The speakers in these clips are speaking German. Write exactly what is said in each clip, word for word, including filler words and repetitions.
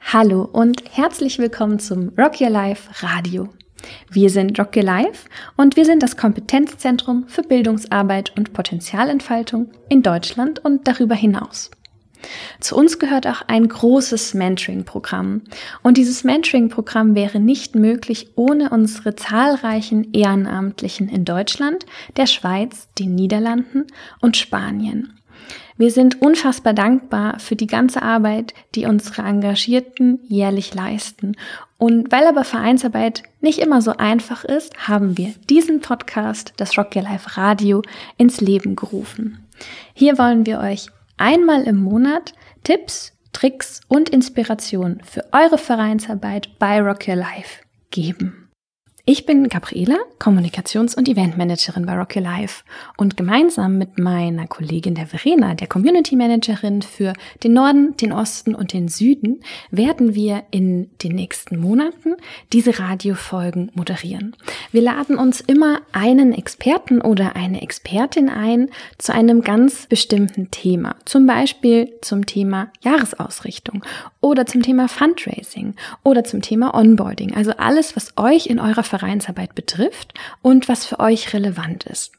Hallo und herzlich willkommen zum Rock Your Life Radio. Wir sind Rock Your Life und wir sind das Kompetenzzentrum für Bildungsarbeit und Potenzialentfaltung in Deutschland und darüber hinaus. Zu uns gehört auch ein großes Mentoring-Programm. Und dieses Mentoring-Programm wäre nicht möglich ohne unsere zahlreichen Ehrenamtlichen in Deutschland, der Schweiz, den Niederlanden und Spanien. Wir sind unfassbar dankbar für die ganze Arbeit, die unsere Engagierten jährlich leisten. Und weil aber Vereinsarbeit nicht immer so einfach ist, haben wir diesen Podcast, das Rock Your Life Radio, ins Leben gerufen. Hier wollen wir euch einmal im Monat Tipps, Tricks und Inspiration für eure Vereinsarbeit bei Rock Your Life geben. Ich bin Gabriela, Kommunikations- und Eventmanagerin bei Rock Your Life und gemeinsam mit meiner Kollegin der Verena, der Community Managerin für den Norden, den Osten und den Süden, werden wir in den nächsten Monaten diese Radiofolgen moderieren. Wir laden uns immer einen Experten oder eine Expertin ein zu einem ganz bestimmten Thema, zum Beispiel zum Thema Jahresausrichtung oder zum Thema Fundraising oder zum Thema Onboarding, also alles, was euch in eurer Vereinsarbeit betrifft und was für euch relevant ist.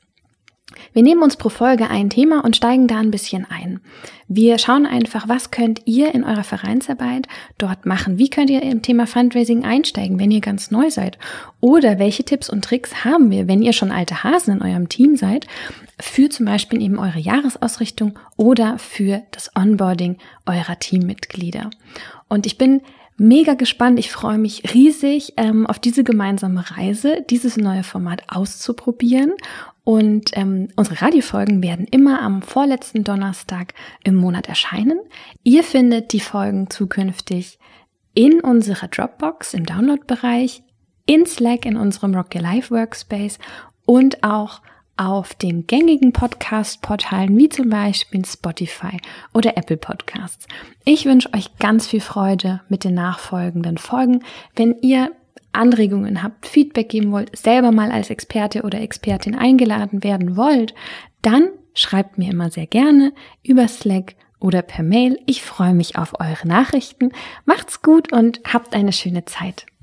Wir nehmen uns pro Folge ein Thema und steigen da ein bisschen ein. Wir schauen einfach, was könnt ihr in eurer Vereinsarbeit dort machen? Wie könnt ihr im Thema Fundraising einsteigen, wenn ihr ganz neu seid? Oder welche Tipps und Tricks haben wir, wenn ihr schon alte Hasen in eurem Team seid, für zum Beispiel eben eure Jahresausrichtung oder für das Onboarding eurer Teammitglieder? Und ich bin mega gespannt. Ich freue mich riesig ähm, auf diese gemeinsame Reise, dieses neue Format auszuprobieren. Und ähm, unsere Radiofolgen werden immer am vorletzten Donnerstag im Monat erscheinen. Ihr findet die Folgen zukünftig in unserer Dropbox im Download-Bereich, in Slack in unserem Rock Your Life Workspace und auch auf den gängigen Podcast-Portalen wie zum Beispiel Spotify oder Apple Podcasts. Ich wünsche euch ganz viel Freude mit den nachfolgenden Folgen. Wenn ihr Anregungen habt, Feedback geben wollt, selber mal als Experte oder Expertin eingeladen werden wollt, dann schreibt mir immer sehr gerne über Slack oder per Mail. Ich freue mich auf eure Nachrichten. Macht's gut und habt eine schöne Zeit.